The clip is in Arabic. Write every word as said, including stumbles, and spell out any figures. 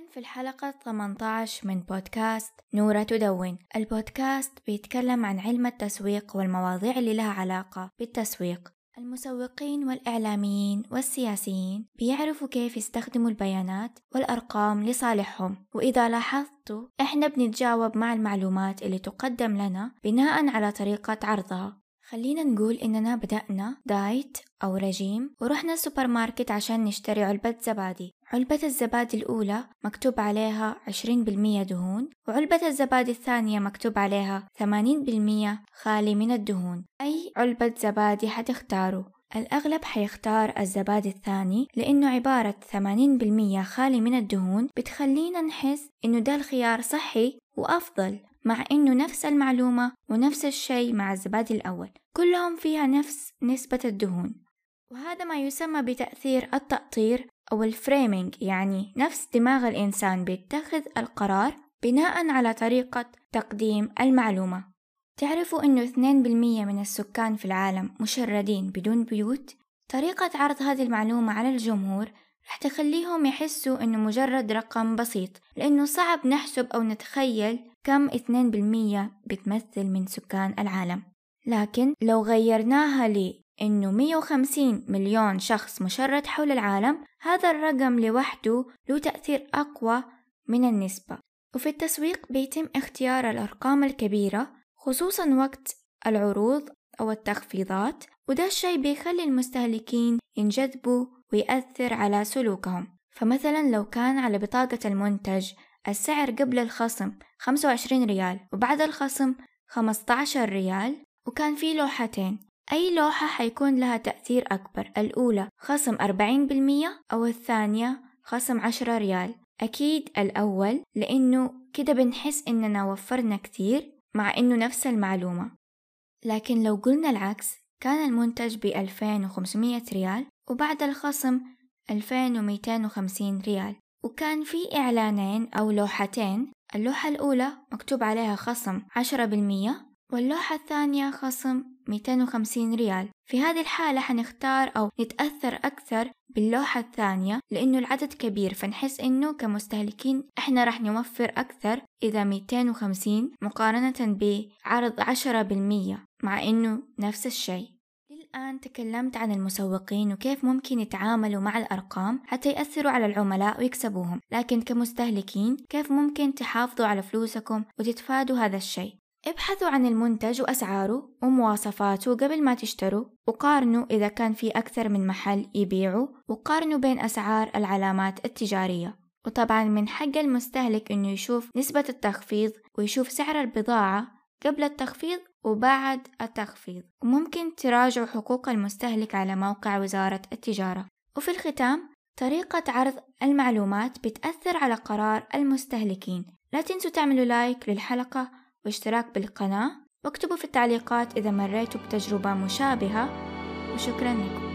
في الحلقة ثمانية عشر من بودكاست نورة تدون. البودكاست بيتكلم عن علم التسويق والمواضيع اللي لها علاقة بالتسويق. المسوقين والإعلاميين والسياسيين بيعرفوا كيف يستخدموا البيانات والأرقام لصالحهم، وإذا لاحظتوا إحنا بنتجاوب مع المعلومات اللي تقدم لنا بناء على طريقة عرضها. خلينا نقول إننا بدأنا دايت أو رجيم ورحنا السوبر ماركت عشان نشتري علبة زبادي. علبة الزبادي الأولى مكتوب عليها عشرين بالمية دهون، وعلبة الزبادي الثانية مكتوب عليها ثمانين بالمية خالي من الدهون. أي علبة زبادي حتختاروا؟ الأغلب حيختار الزبادي الثاني لأنه عبارة ثمانين بالمية خالي من الدهون بتخلينا نحس إنه ده الخيار صحي وأفضل، مع إنه نفس المعلومة ونفس الشيء مع الزبادي الأول كلهم فيها نفس نسبة الدهون. وهذا ما يسمى بتأثير التأطير أو الفريمينج، يعني نفس دماغ الإنسان بيتخذ القرار بناء على طريقة تقديم المعلومة. تعرفوا إنه اثنين بالمية من السكان في العالم مشردين بدون بيوت؟ طريقة عرض هذه المعلومة على الجمهور رح تخليهم يحسوا إنه مجرد رقم بسيط، لأنه صعب نحسب أو نتخيل كم اثنين بالمية بتمثل من سكان العالم. لكن لو غيرناها لي إنه مئة وخمسين مليون شخص مشرد حول العالم، هذا الرقم لوحده له تأثير أقوى من النسبة. وفي التسويق بيتم اختيار الأرقام الكبيرة خصوصا وقت العروض أو التخفيضات، وده الشيء بيخلي المستهلكين ينجذبوا ويأثر على سلوكهم. فمثلا لو كان على بطاقة المنتج السعر قبل الخصم خمسة وعشرين ريال وبعد الخصم خمسة عشر ريال، وكان في لوحتين، أي لوحة حيكون لها تأثير أكبر؟ الأولى خصم أربعين بالمية أو الثانية خصم عشرة ريال؟ أكيد الأول، لأنه كده بنحس إننا وفرنا كتير مع إنه نفس المعلومة. لكن لو قلنا العكس، كان المنتج بألفين وخمسمية ريال وبعد الخصم ألفين ومئتين وخمسين ريال، وكان في إعلانين أو لوحتين، اللوحة الأولى مكتوب عليها خصم عشرة بالمية واللوحة الثانية خصم مئتين وخمسين ريال. في هذه الحالة حنختار أو نتأثر أكثر باللوحة الثانية لأنه العدد كبير، فنحس إنه كمستهلكين إحنا رح نوفر أكثر إذا مئتين وخمسين مقارنة بعرض عشرة بالمية مع إنه نفس الشيء. الآن تكلمت عن المسوقين وكيف ممكن يتعاملوا مع الأرقام حتى يأثروا على العملاء ويكسبوهم، لكن كمستهلكين كيف ممكن تحافظوا على فلوسكم وتتفادوا هذا الشيء؟ ابحثوا عن المنتج وأسعاره ومواصفاته قبل ما تشتروا، وقارنوا إذا كان في أكثر من محل يبيعوا، وقارنوا بين أسعار العلامات التجارية. وطبعا من حق المستهلك إنه يشوف نسبة التخفيض ويشوف سعر البضاعة قبل التخفيض وبعد التخفيض، وممكن تراجعوا حقوق المستهلك على موقع وزارة التجارة. وفي الختام، طريقة عرض المعلومات بتأثر على قرار المستهلكين. لا تنسوا تعملوا لايك للحلقة واشتراك بالقناة، واكتبوا في التعليقات إذا مريتوا بتجربة مشابهة، وشكرا لكم.